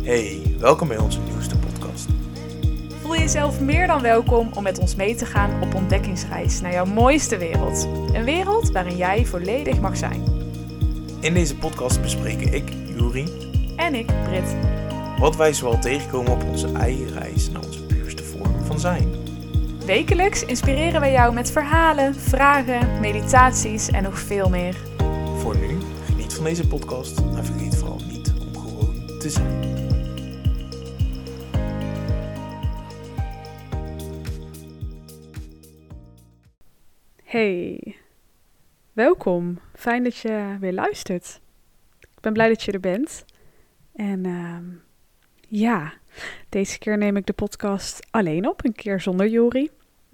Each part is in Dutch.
Hey, welkom bij onze nieuwste podcast. Voel jezelf meer dan welkom om met ons mee te gaan op ontdekkingsreis naar jouw mooiste wereld. Een wereld waarin jij volledig mag zijn. In deze podcast bespreken ik, Juri, En ik, Brit. wat wij zoal tegenkomen op onze eigen reis naar onze puurste vorm van zijn. Wekelijks inspireren wij jou met verhalen, vragen, meditaties en nog veel meer. Voor nu, geniet van deze podcast en vergeet vooral niet om gewoon te zijn. Hey, welkom. Fijn dat je weer luistert. Ik ben blij dat je er bent. En deze keer neem ik de podcast alleen op, een keer zonder Jori.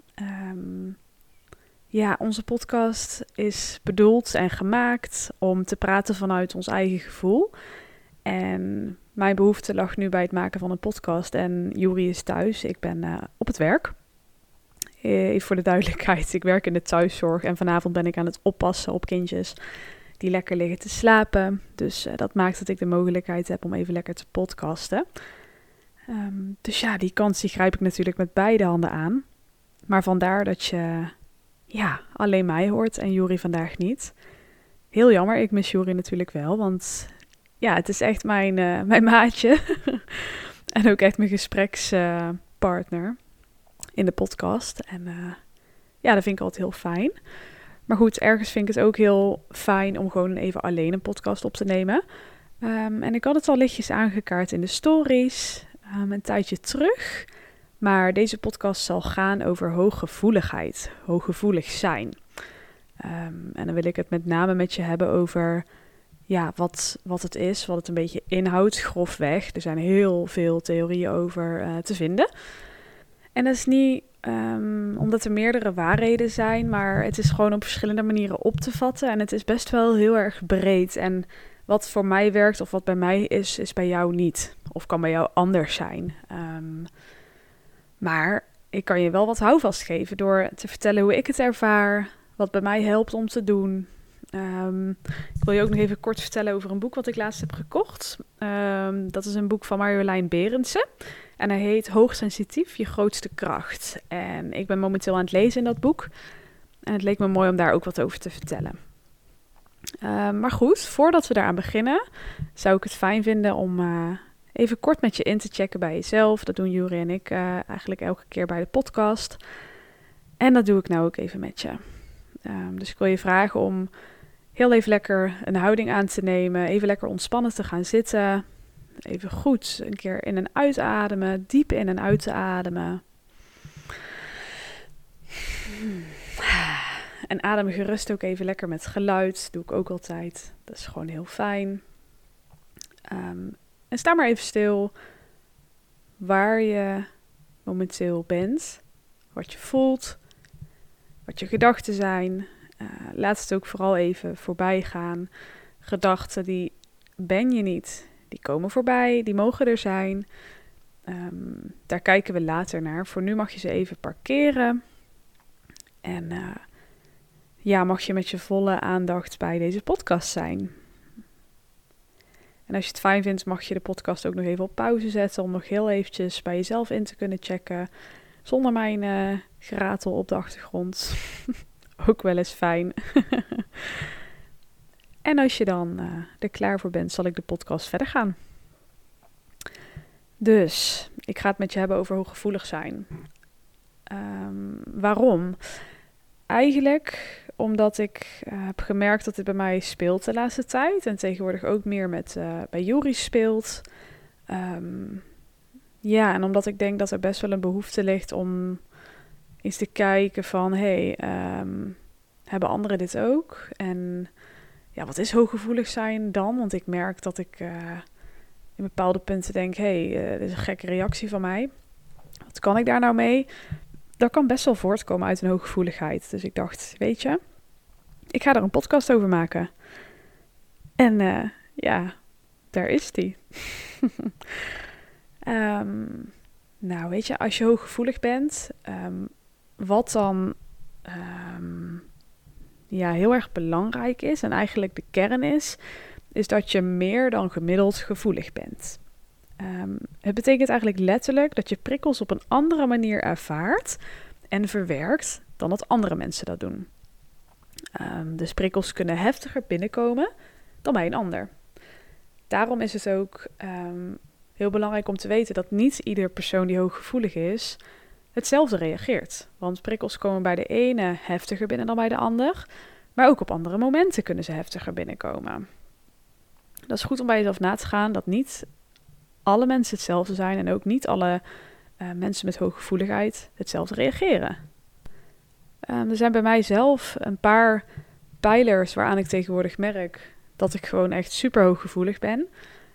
Onze podcast is bedoeld en gemaakt om te praten vanuit ons eigen gevoel. En mijn behoefte lag nu bij het maken van een podcast en Jori is thuis. Ik ben op het werk. Even voor de duidelijkheid, ik werk in de thuiszorg en vanavond ben ik aan het oppassen op kindjes die lekker liggen te slapen. Dus dat maakt dat ik de mogelijkheid heb om even lekker te podcasten. Die kans die grijp ik natuurlijk met beide handen aan. Maar vandaar dat je alleen mij hoort en Jori vandaag niet. Heel jammer, ik mis Jori natuurlijk wel, want het is echt mijn maatje. En ook echt mijn gesprekspartner in de podcast. En dat vind ik altijd heel fijn. Maar goed, ergens vind ik het ook heel fijn om gewoon even alleen een podcast op te nemen. En ik had het al lichtjes aangekaart in de stories een tijdje terug. Maar deze podcast zal gaan over hooggevoeligheid, hooggevoelig zijn. En dan wil ik het met name met je hebben over wat het is, wat het een beetje inhoudt, grofweg. Er zijn heel veel theorieën over te vinden. En dat is niet omdat er meerdere waarheden zijn, maar het is gewoon op verschillende manieren op te vatten. En het is best wel heel erg breed. En wat voor mij werkt of wat bij mij is bij jou niet. Of kan bij jou anders zijn. Maar ik kan je wel wat houvast geven door te vertellen hoe ik het ervaar. Wat bij mij helpt om te doen. Ik wil je ook nog even kort vertellen over een boek wat ik laatst heb gekocht. Dat is een boek van Marjolein Berendsen. En hij heet Hoogsensitief, je grootste kracht. En ik ben momenteel aan het lezen in dat boek. En het leek me mooi om daar ook wat over te vertellen. Maar goed, voordat we daaraan beginnen, zou ik het fijn vinden om even kort met je in te checken bij jezelf. Dat doen Juri en ik eigenlijk elke keer bij de podcast. En dat doe ik nou ook even met je. Dus ik wil je vragen om heel even lekker een houding aan te nemen. Even lekker ontspannen te gaan zitten. Even goed een keer in en uitademen. Diep in en uit te ademen. En adem gerust ook even lekker met geluid. Dat doe ik ook altijd. Dat is gewoon heel fijn. En sta maar even stil waar je momenteel bent. Wat je voelt. Wat je gedachten zijn. Laat het ook vooral even voorbij gaan. Gedachten die ben je niet. Die komen voorbij, die mogen er zijn. Daar kijken we later naar. Voor nu mag je ze even parkeren. En mag je met je volle aandacht bij deze podcast zijn. En als je het fijn vindt, mag je de podcast ook nog even op pauze zetten. Om nog heel eventjes bij jezelf in te kunnen checken. Zonder mijn geratel op de achtergrond. Ook wel eens fijn. En als je dan er klaar voor bent, zal ik de podcast verder gaan. Dus, ik ga het met je hebben over hooggevoelig zijn. Waarom? Eigenlijk omdat ik heb gemerkt dat dit bij mij speelt de laatste tijd. En tegenwoordig ook meer bij Juri speelt. En omdat ik denk dat er best wel een behoefte ligt om eens te kijken van... hebben anderen dit ook? En wat is hooggevoelig zijn dan? Want ik merk dat ik in bepaalde punten denk... dit is een gekke reactie van mij. Wat kan ik daar nou mee? Dat kan best wel voortkomen uit een hooggevoeligheid. Dus ik dacht, weet je, ik ga er een podcast over maken. En daar is die. Weet je, als je hooggevoelig bent... wat dan heel erg belangrijk is... en eigenlijk de kern is dat je meer dan gemiddeld gevoelig bent. Het betekent eigenlijk letterlijk dat je prikkels op een andere manier ervaart en verwerkt dan dat andere mensen dat doen. Dus prikkels kunnen heftiger binnenkomen dan bij een ander. Daarom is het ook heel belangrijk om te weten dat niet ieder persoon die hooggevoelig is hetzelfde reageert. Want prikkels komen bij de ene heftiger binnen dan bij de ander, maar ook op andere momenten kunnen ze heftiger binnenkomen. Dat is goed om bij jezelf na te gaan dat niet alle mensen hetzelfde zijn en ook niet alle mensen met hooggevoeligheid hetzelfde reageren. Er zijn bij mijzelf een paar pijlers waaraan ik tegenwoordig merk dat ik gewoon echt super hooggevoelig ben.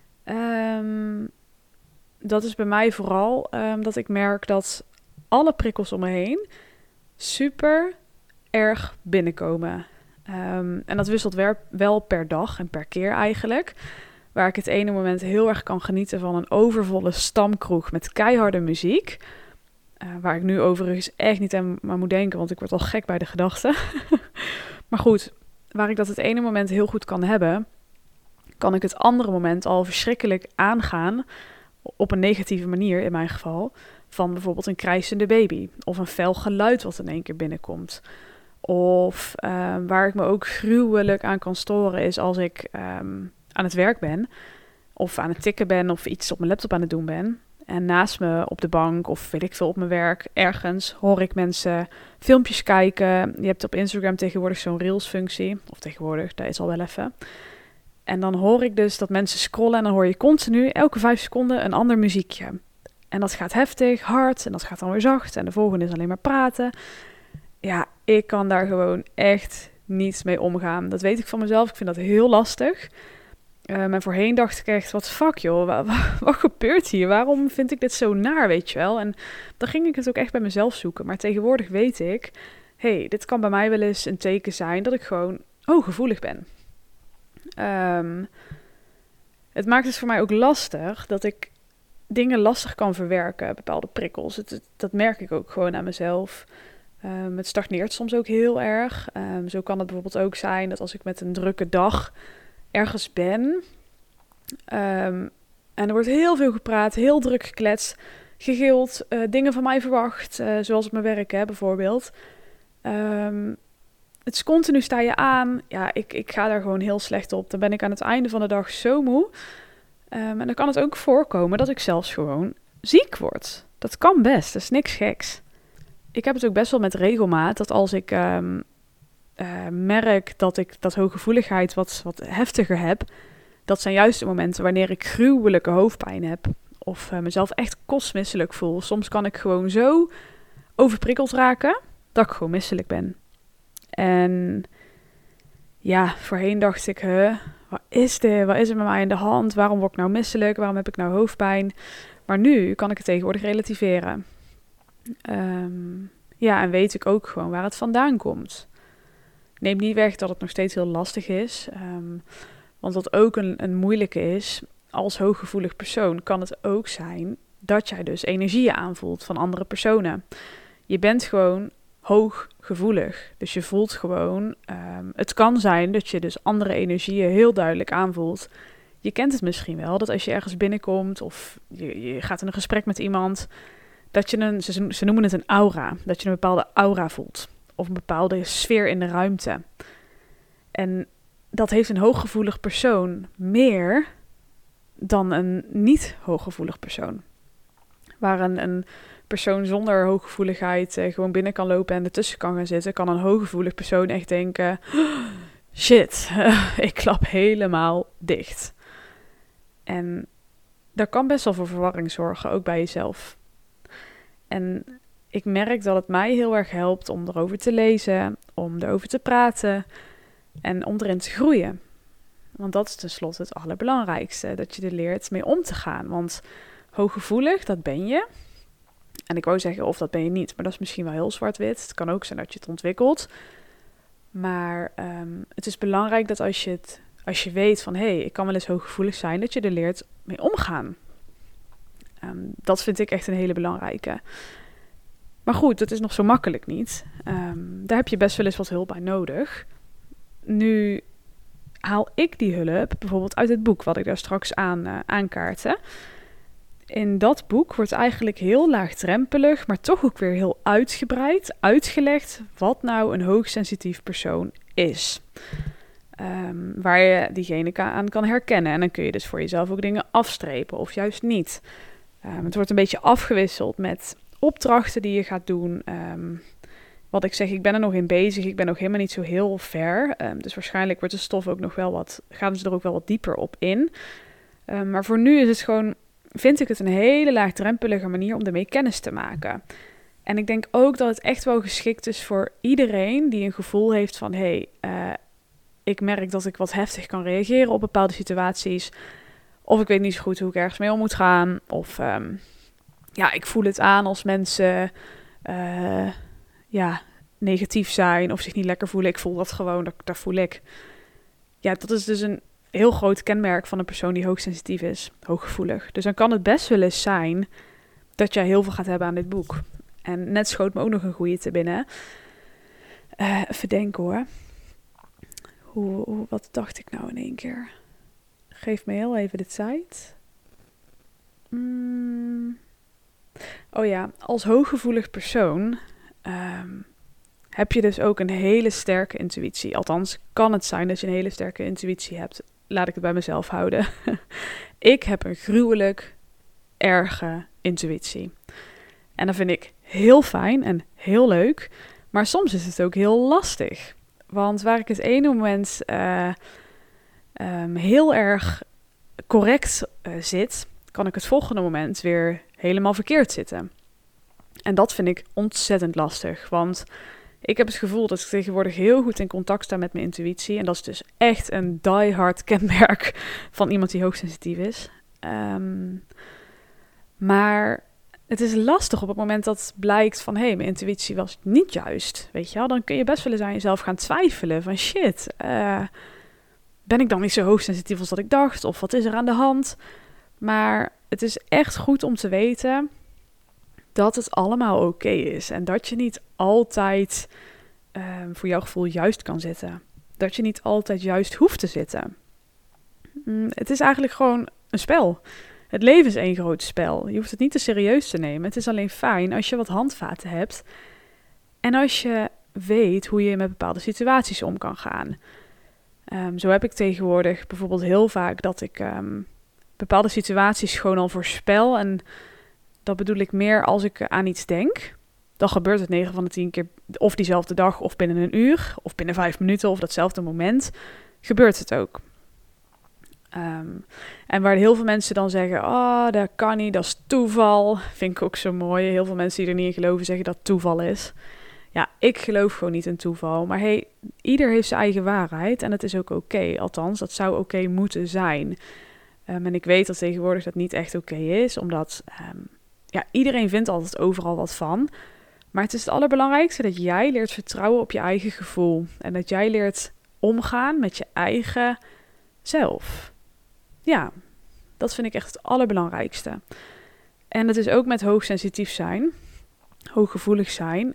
Dat is bij mij vooral dat ik merk dat alle prikkels om me heen super erg binnenkomen. En dat wisselt wel per dag en per keer eigenlijk. Waar ik het ene moment heel erg kan genieten van een overvolle stamkroeg met keiharde muziek. Waar ik nu overigens echt niet aan moet denken, want ik word al gek bij de gedachte. Maar goed, waar ik dat het ene moment heel goed kan hebben, kan ik het andere moment al verschrikkelijk aangaan, op een negatieve manier in mijn geval, van bijvoorbeeld een krijsende baby. Of een fel geluid wat in één keer binnenkomt. Of waar ik me ook gruwelijk aan kan storen is als ik aan het werk ben, of aan het tikken ben, of iets op mijn laptop aan het doen ben. En naast me op de bank, of weet ik veel op mijn werk, ergens hoor ik mensen filmpjes kijken. Je hebt op Instagram tegenwoordig zo'n Reels-functie. Of tegenwoordig, dat is al wel even. En dan hoor ik dus dat mensen scrollen en dan hoor je continu elke 5 seconden een ander muziekje. En dat gaat heftig, hard en dat gaat dan weer zacht. En de volgende is alleen maar praten. Ja, ik kan daar gewoon echt niet mee omgaan. Dat weet ik van mezelf. Ik vind dat heel lastig. Maar voorheen dacht ik echt, wat fuck joh, wat gebeurt hier? Waarom vind ik dit zo naar, weet je wel? En dan ging ik het ook echt bij mezelf zoeken. Maar tegenwoordig weet ik, dit kan bij mij wel eens een teken zijn dat ik gewoon hooggevoelig ben. Het maakt het voor mij ook lastig dat ik dingen lastig kan verwerken, bepaalde prikkels. Dat merk ik ook gewoon aan mezelf. Het stagneert soms ook heel erg. Zo kan het bijvoorbeeld ook zijn dat als ik met een drukke dag ergens ben en er wordt heel veel gepraat, heel druk gekletst, gegild, dingen van mij verwacht, zoals op mijn werk bijvoorbeeld. Het is continu sta je aan. Ja, ik ga daar gewoon heel slecht op. Dan ben ik aan het einde van de dag zo moe. En dan kan het ook voorkomen dat ik zelfs gewoon ziek word. Dat kan best, dat is niks geks. Ik heb het ook best wel met regelmaat dat als ik merk dat ik dat hooggevoeligheid wat heftiger heb, dat zijn juist de momenten wanneer ik gruwelijke hoofdpijn heb of mezelf echt kostmisselijk voel. Soms kan ik gewoon zo overprikkeld raken dat ik gewoon misselijk ben. En ja, voorheen dacht ik, wat is dit? Wat is er met mij aan de hand? Waarom word ik nou misselijk? Waarom heb ik nou hoofdpijn? Maar nu kan ik het tegenwoordig relativeren. En weet ik ook gewoon waar het vandaan komt. Neemt niet weg dat het nog steeds heel lastig is. Want wat ook een moeilijke is, als hooggevoelig persoon kan het ook zijn dat jij dus energieën aanvoelt van andere personen. Je bent gewoon hooggevoelig. Dus je voelt gewoon, het kan zijn dat je dus andere energieën heel duidelijk aanvoelt. Je kent het misschien wel, dat als je ergens binnenkomt of je gaat in een gesprek met iemand, dat je ze noemen het een aura, dat je een bepaalde aura voelt. Of een bepaalde sfeer in de ruimte. En dat heeft een hooggevoelig persoon meer dan een niet hooggevoelig persoon. Waar een persoon zonder hooggevoeligheid gewoon binnen kan lopen en ertussen kan gaan zitten, kan een hooggevoelig persoon echt denken, shit, ik klap helemaal dicht. En dat kan best wel voor verwarring zorgen, ook bij jezelf. En ik merk dat het mij heel erg helpt om erover te lezen, om erover te praten en om erin te groeien. Want dat is tenslotte het allerbelangrijkste, dat je er leert mee om te gaan. Want hooggevoelig, dat ben je. En ik wou zeggen, of dat ben je niet, maar dat is misschien wel heel zwart-wit. Het kan ook zijn dat je het ontwikkelt. Maar het is belangrijk dat als je weet van, ik kan wel eens hooggevoelig zijn, dat je er leert mee omgaan. Dat vind ik echt een hele belangrijke. Maar goed, dat is nog zo makkelijk niet. Daar heb je best wel eens wat hulp bij nodig. Nu haal ik die hulp bijvoorbeeld uit het boek wat ik daar straks aankaartte. in dat boek wordt eigenlijk heel laagdrempelig, maar toch ook weer heel uitgebreid uitgelegd wat nou een hoogsensitief persoon is. Waar je diegene aan kan herkennen. En dan kun je dus voor jezelf ook dingen afstrepen of juist niet. Het wordt een beetje afgewisseld met opdrachten die je gaat doen. Wat ik zeg, ik ben er nog in bezig. Ik ben nog helemaal niet zo heel ver. Dus waarschijnlijk wordt de stof ook nog wel gaan ze er ook wel wat dieper op in. Maar voor nu is het gewoon, vind ik het een hele laagdrempelige manier om ermee kennis te maken. En ik denk ook dat het echt wel geschikt is voor iedereen die een gevoel heeft van, ik merk dat ik wat heftig kan reageren op bepaalde situaties. Of ik weet niet zo goed hoe ik ergens mee om moet gaan. Of ik voel het aan als mensen negatief zijn of zich niet lekker voelen. Ik voel dat gewoon, dat voel ik. Ja, dat is dus een heel groot kenmerk van een persoon die hoogsensitief is, hooggevoelig. Dus dan kan het best wel eens zijn dat jij heel veel gaat hebben aan dit boek. En net schoot me ook nog een goeie te binnen. Even denken hoor. Wat dacht ik nou in één keer? Geef me heel even de tijd. Oh ja, als hooggevoelig persoon heb je dus ook een hele sterke intuïtie. Althans, kan het zijn dat je een hele sterke intuïtie hebt. Laat ik het bij mezelf houden. Ik heb een gruwelijk erge intuïtie. En dat vind ik heel fijn en heel leuk. Maar soms is het ook heel lastig. Want waar ik het ene moment heel erg correct zit, kan ik het volgende moment weer helemaal verkeerd zitten. En dat vind ik ontzettend lastig. Want ik heb het gevoel dat ik tegenwoordig heel goed in contact sta met mijn intuïtie. En dat is dus echt een diehard kenmerk van iemand die hoogsensitief is. Maar het is lastig op het moment dat blijkt van, mijn intuïtie was niet juist. Weet je wel, dan kun je best wel eens aan jezelf gaan twijfelen van shit, ben ik dan niet zo hoogsensitief als dat ik dacht? Of wat is er aan de hand? Maar het is echt goed om te weten dat het allemaal oké is. En dat je niet altijd voor jouw gevoel juist kan zitten. Dat je niet altijd juist hoeft te zitten. Het is eigenlijk gewoon een spel. Het leven is één groot spel. Je hoeft het niet te serieus te nemen. Het is alleen fijn als je wat handvaten hebt. En als je weet hoe je met bepaalde situaties om kan gaan. Zo heb ik tegenwoordig bijvoorbeeld heel vaak dat ik bepaalde situaties gewoon al voorspel. En dat bedoel ik meer als ik aan iets denk. Dan gebeurt het 9 van de 10 keer of diezelfde dag of binnen een uur. Of binnen 5 minuten of datzelfde moment. Gebeurt het ook. En waar heel veel mensen dan zeggen, dat kan niet, dat is toeval. Vind ik ook zo mooi. Heel veel mensen die er niet in geloven zeggen dat het toeval is. Ja, ik geloof gewoon niet in toeval. Maar ieder heeft zijn eigen waarheid en dat is ook oké. Althans, dat zou oké moeten zijn. En ik weet dat tegenwoordig dat niet echt oké is, omdat iedereen vindt altijd overal wat van. Maar het is het allerbelangrijkste dat jij leert vertrouwen op je eigen gevoel. En dat jij leert omgaan met je eigen zelf. Ja, dat vind ik echt het allerbelangrijkste. En het is ook met hoogsensitief zijn, hooggevoelig zijn.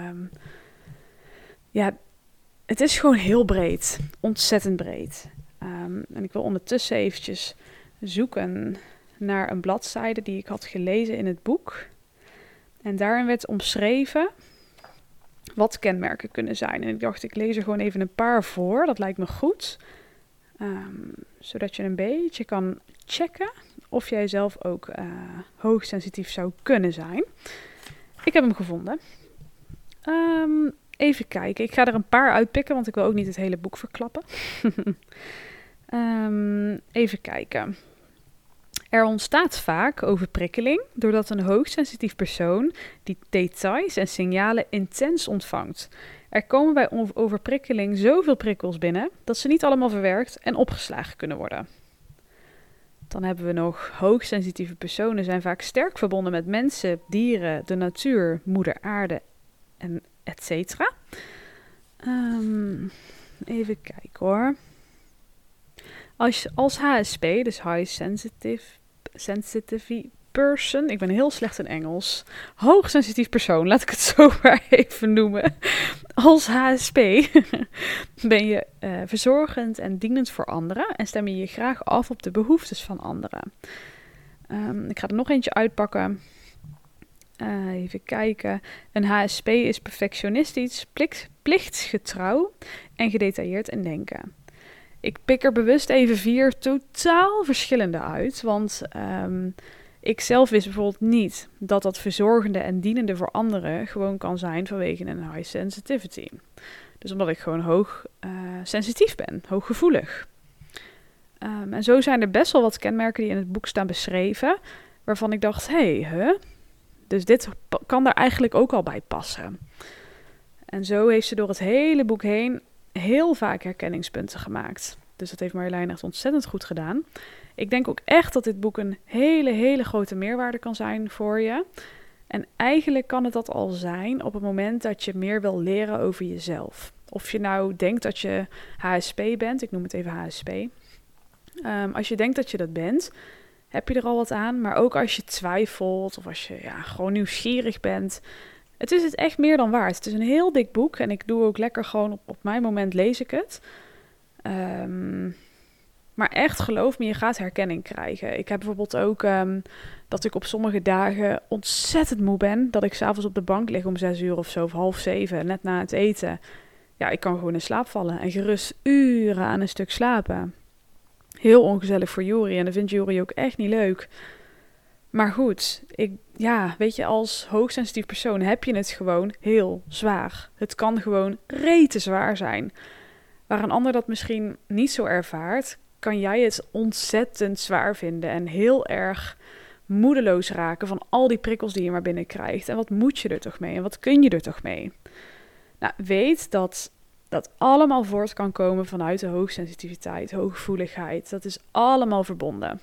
Het is gewoon heel breed, ontzettend breed. En ik wil ondertussen eventjes zoeken naar een bladzijde die ik had gelezen in het boek. En daarin werd omschreven wat kenmerken kunnen zijn. En ik dacht, ik lees er gewoon even een paar voor. Dat lijkt me goed. Zodat je een beetje kan checken of jij zelf ook hoogsensitief zou kunnen zijn. Ik heb hem gevonden. Even kijken. Ik ga er een paar uitpikken, want ik wil ook niet het hele boek verklappen. Even kijken. Er ontstaat vaak overprikkeling doordat een hoogsensitief persoon die details en signalen intens ontvangt. Er komen bij overprikkeling zoveel prikkels binnen dat ze niet allemaal verwerkt en opgeslagen kunnen worden. Dan hebben we nog hoogsensitieve personen zijn vaak sterk verbonden met mensen, dieren, de natuur, moeder aarde en etc. Even kijken hoor. Als HSP, dus High Sensitive Person, ik ben heel slecht in Engels, hoogsensitief persoon, laat ik het zo maar even noemen. Als HSP ben je verzorgend en dienend voor anderen en stem je je graag af op de behoeftes van anderen. Ik ga er nog eentje uitpakken. Even kijken. Een HSP is perfectionistisch, plichtsgetrouw en gedetailleerd in denken. Ik pik er bewust even 4 totaal verschillende uit. Want ik zelf wist bijvoorbeeld niet dat verzorgende en dienende voor anderen gewoon kan zijn vanwege een high sensitivity. Dus omdat ik gewoon hoog sensitief ben, hooggevoelig. En zo zijn er best wel wat kenmerken die in het boek staan beschreven, waarvan ik dacht, dus dit kan daar eigenlijk ook al bij passen. En zo heeft ze door het hele boek heen heel vaak herkenningspunten gemaakt. Dus dat heeft Marjolein echt ontzettend goed gedaan. Ik denk ook echt dat dit boek een hele, hele grote meerwaarde kan zijn voor je. En eigenlijk kan het dat al zijn op het moment dat je meer wil leren over jezelf. Of je nou denkt dat je HSP bent, ik noem het even HSP. Als je denkt dat je dat bent, heb je er al wat aan. Maar ook als je twijfelt of als je gewoon nieuwsgierig bent. Het is het echt meer dan waard. Het is een heel dik boek en ik doe ook lekker gewoon op mijn moment lees ik het. Maar echt, geloof me, je gaat herkenning krijgen. Ik heb bijvoorbeeld ook dat ik op sommige dagen ontzettend moe ben. Dat ik 's avonds op de bank lig om 6 uur of zo, of 6:30, net na het eten. Ja, ik kan gewoon in slaap vallen en gerust uren aan een stuk slapen. Heel ongezellig voor Juri en dat vindt Juri ook echt niet leuk. Maar goed, weet je, als hoogsensitief persoon heb je het gewoon heel zwaar. Het kan gewoon rete zwaar zijn. Waar een ander dat misschien niet zo ervaart, kan jij het ontzettend zwaar vinden en heel erg moedeloos raken van al die prikkels die je maar binnenkrijgt. En wat moet je er toch mee en wat kun je er toch mee? Nou, weet dat dat allemaal voort kan komen vanuit de hoogsensitiviteit, hooggevoeligheid. Dat is allemaal verbonden.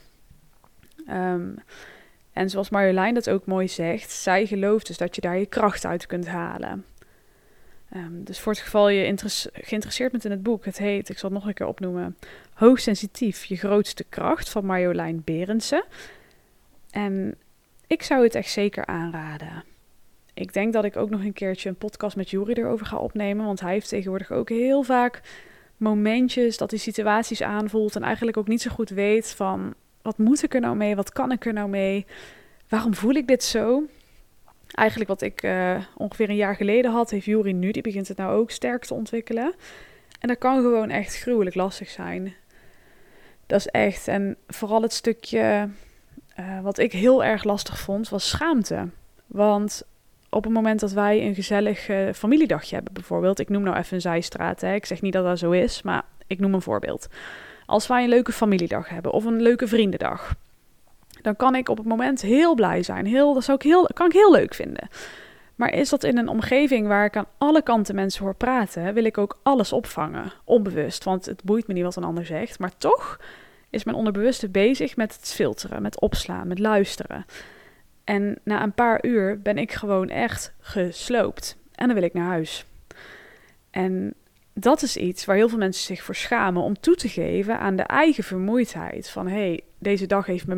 En zoals Marjolein dat ook mooi zegt, zij gelooft dus dat je daar je kracht uit kunt halen. Dus voor het geval je geïnteresseerd bent in het boek, het heet, ik zal het nog een keer opnoemen, Hoogsensitief, je grootste kracht, van Marjolein Berendsen. En ik zou het echt zeker aanraden. Ik denk dat ik ook nog een keertje een podcast met Juri erover ga opnemen, want hij heeft tegenwoordig ook heel vaak momentjes dat hij situaties aanvoelt en eigenlijk ook niet zo goed weet van, wat moet ik er nou mee, wat kan ik er nou mee, waarom voel ik dit zo? Eigenlijk wat ik ongeveer een jaar geleden had, heeft Juri nu, die begint het nou ook sterk te ontwikkelen. En dat kan gewoon echt gruwelijk lastig zijn. Dat is echt, en vooral het stukje wat ik heel erg lastig vond, was schaamte. Want op het moment dat wij een gezellig familiedagje hebben bijvoorbeeld, ik noem nou even een zijstraat, ik zeg niet dat dat zo is, maar ik noem een voorbeeld. Als wij een leuke familiedag hebben of een leuke vriendendag, dan kan ik op het moment heel blij zijn. Kan ik heel leuk vinden. Maar is dat in een omgeving waar ik aan alle kanten mensen hoor praten, wil ik ook alles opvangen, onbewust. Want het boeit me niet wat een ander zegt, maar toch is mijn onderbewuste bezig met het filteren, met opslaan, met luisteren. En na een paar uur ben ik gewoon echt gesloopt. En dan wil ik naar huis. En dat is iets waar heel veel mensen zich voor schamen om toe te geven aan de eigen vermoeidheid. Van deze dag heeft me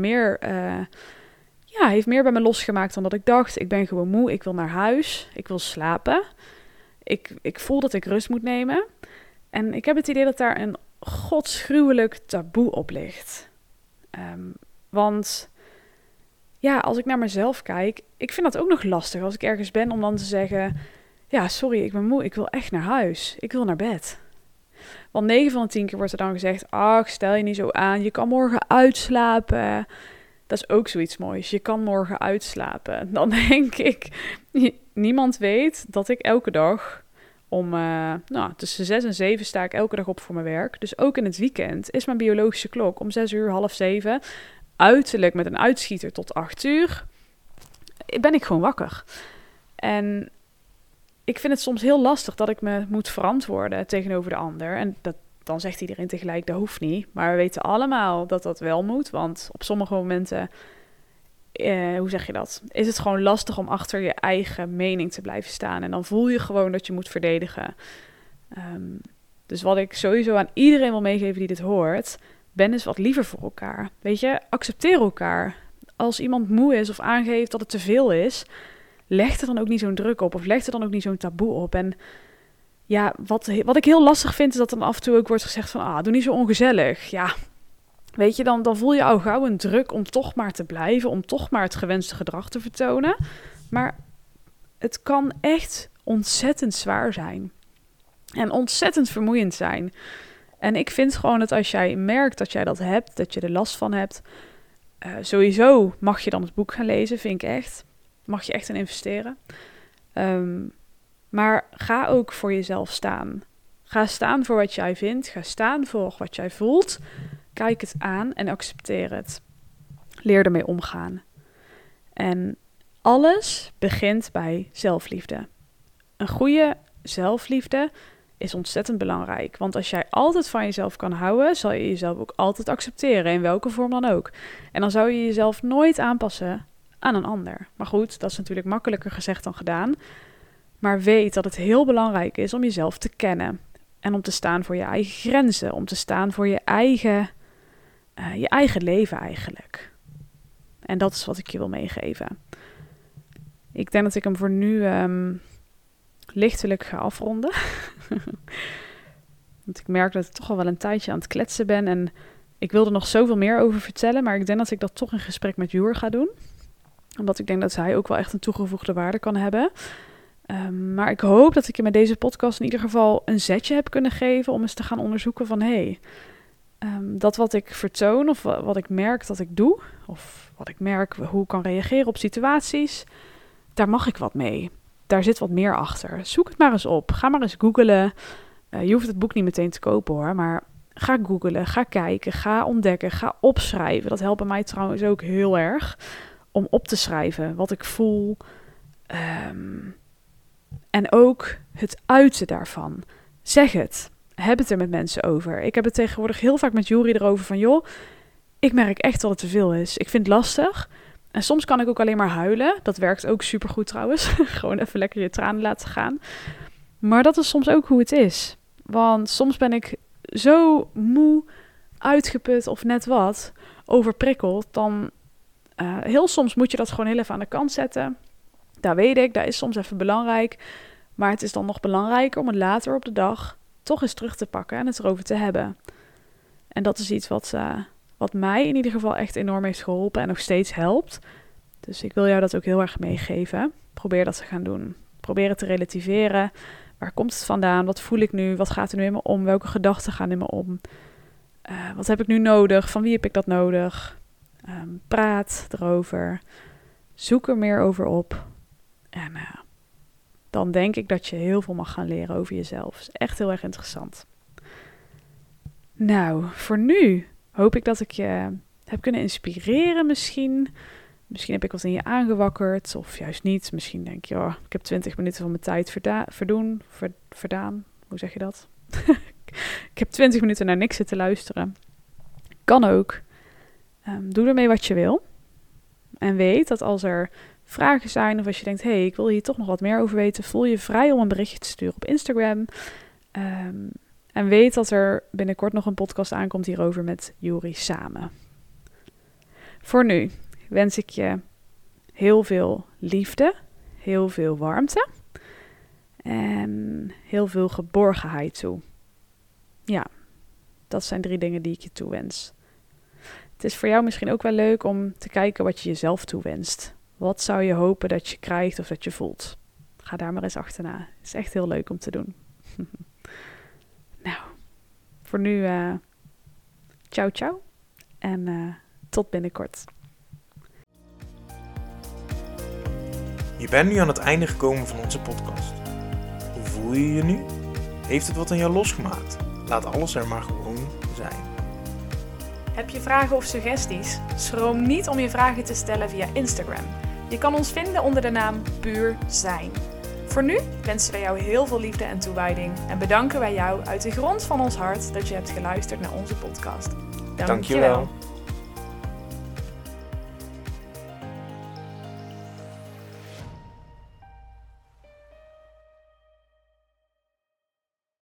heeft meer bij me losgemaakt dan dat ik dacht. Ik ben gewoon moe, ik wil naar huis, ik wil slapen. Ik voel dat ik rust moet nemen. En ik heb het idee dat daar een godsgruwelijk taboe op ligt. Want als ik naar mezelf kijk, ik vind dat ook nog lastig als ik ergens ben om dan te zeggen, ja, sorry, ik ben moe, ik wil echt naar huis, ik wil naar bed. Want 9 van de 10 keer wordt er dan gezegd, ach, stel je niet zo aan, je kan morgen uitslapen. Dat is ook zoiets moois, je kan morgen uitslapen. Dan denk ik, niemand weet dat ik elke dag om tussen 6 en 7 sta ik elke dag op voor mijn werk. Dus ook in het weekend is mijn biologische klok om 6 uur, half 7, uiterlijk met een uitschieter tot 8 uur, ben ik gewoon wakker. En ik vind het soms heel lastig dat ik me moet verantwoorden tegenover de ander. En dan zegt iedereen tegelijk, dat hoeft niet. Maar we weten allemaal dat dat wel moet. Want op sommige momenten, hoe zeg je dat? Is het gewoon lastig om achter je eigen mening te blijven staan. En dan voel je gewoon dat je moet verdedigen. Dus wat ik sowieso aan iedereen wil meegeven die dit hoort, ben eens wat liever voor elkaar. Weet je, accepteer elkaar. Als iemand moe is of aangeeft dat het te veel is, leg er dan ook niet zo'n druk op of leg er dan ook niet zo'n taboe op. En ja, wat ik heel lastig vind is dat dan af en toe ook wordt gezegd van, doe niet zo ongezellig. Ja, weet je, dan voel je al gauw een druk om toch maar te blijven, om toch maar het gewenste gedrag te vertonen. Maar het kan echt ontzettend zwaar zijn. En ontzettend vermoeiend zijn. En ik vind gewoon dat als jij merkt dat jij dat hebt, dat je er last van hebt, sowieso mag je dan het boek gaan lezen, vind ik echt. Mag je echt in investeren. Maar ga ook voor jezelf staan. Ga staan voor wat jij vindt. Ga staan voor wat jij voelt. Kijk het aan en accepteer het. Leer ermee omgaan. En alles begint bij zelfliefde. Een goede zelfliefde is ontzettend belangrijk. Want als jij altijd van jezelf kan houden, zal je jezelf ook altijd accepteren, in welke vorm dan ook. En dan zou je jezelf nooit aanpassen aan een ander. Maar goed, dat is natuurlijk makkelijker gezegd dan gedaan. Maar weet dat het heel belangrijk is om jezelf te kennen. En om te staan voor je eigen grenzen. Om te staan voor je eigen leven eigenlijk. En dat is wat ik je wil meegeven. Ik denk dat ik hem voor nu lichtelijk ga afronden. Want ik merk dat ik toch al wel een tijdje aan het kletsen ben. En ik wil er nog zoveel meer over vertellen. Maar ik denk dat ik dat toch in gesprek met Joer ga doen. Omdat ik denk dat hij ook wel echt een toegevoegde waarde kan hebben. Maar ik hoop dat ik je met deze podcast in ieder geval een zetje heb kunnen geven om eens te gaan onderzoeken van dat wat ik vertoon of wat ik merk dat ik doe, of wat ik merk hoe ik kan reageren op situaties, daar mag ik wat mee. Daar zit wat meer achter. Zoek het maar eens op. Ga maar eens googlen. Je hoeft het boek niet meteen te kopen hoor, maar ga googlen, ga kijken, ga ontdekken, ga opschrijven. Dat helpt bij mij trouwens ook heel erg om op te schrijven wat ik voel. En ook het uiten daarvan. Zeg het. Heb het er met mensen over. Ik heb het tegenwoordig heel vaak met Juri erover van, joh, ik merk echt dat het te veel is. Ik vind het lastig. En soms kan ik ook alleen maar huilen. Dat werkt ook supergoed trouwens. Gewoon even lekker je tranen laten gaan. Maar dat is soms ook hoe het is. Want soms ben ik zo moe, uitgeput of net wat, overprikkeld. Dan heel soms moet je dat gewoon heel even aan de kant zetten. Dat weet ik, dat is soms even belangrijk. Maar het is dan nog belangrijker om het later op de dag toch eens terug te pakken en het erover te hebben. En dat is iets wat mij in ieder geval echt enorm heeft geholpen en nog steeds helpt. Dus ik wil jou dat ook heel erg meegeven. Probeer dat te gaan doen. Probeer het te relativeren. Waar komt het vandaan? Wat voel ik nu? Wat gaat er nu in me om? Welke gedachten gaan in me om? Wat heb ik nu nodig? Van wie heb ik dat nodig? Praat erover. Zoek er meer over op. En dan denk ik dat je heel veel mag gaan leren over jezelf. Dat is echt heel erg interessant. Nou, voor nu hoop ik dat ik je heb kunnen inspireren misschien. Misschien heb ik wat in je aangewakkerd of juist niet. Misschien denk je, oh, ik heb 20 minuten van mijn tijd verdaan. Hoe zeg je dat? Ik heb 20 minuten naar niks zitten luisteren. Kan ook. Doe ermee wat je wil. En weet dat als er vragen zijn of als je denkt, hey, ik wil hier toch nog wat meer over weten, voel je vrij om een berichtje te sturen op Instagram. En weet dat er binnenkort nog een podcast aankomt hierover met Juri samen. Voor nu wens ik je heel veel liefde, heel veel warmte en heel veel geborgenheid toe. Ja, dat zijn 3 dingen die ik je toewens. Het is voor jou misschien ook wel leuk om te kijken wat je jezelf toewenst. Wat zou je hopen dat je krijgt of dat je voelt? Ga daar maar eens achterna. Het is echt heel leuk om te doen. Nou, voor nu ciao ciao en tot binnenkort. Je bent nu aan het einde gekomen van onze podcast. Hoe voel je je nu? Heeft het wat aan jou losgemaakt? Laat alles er maar gewoon zijn. Heb je vragen of suggesties? Schroom niet om je vragen te stellen via Instagram. Je kan ons vinden onder de naam Puur Zijn. Voor nu wensen wij jou heel veel liefde en toewijding en bedanken wij jou uit de grond van ons hart dat je hebt geluisterd naar onze podcast. Dankjewel.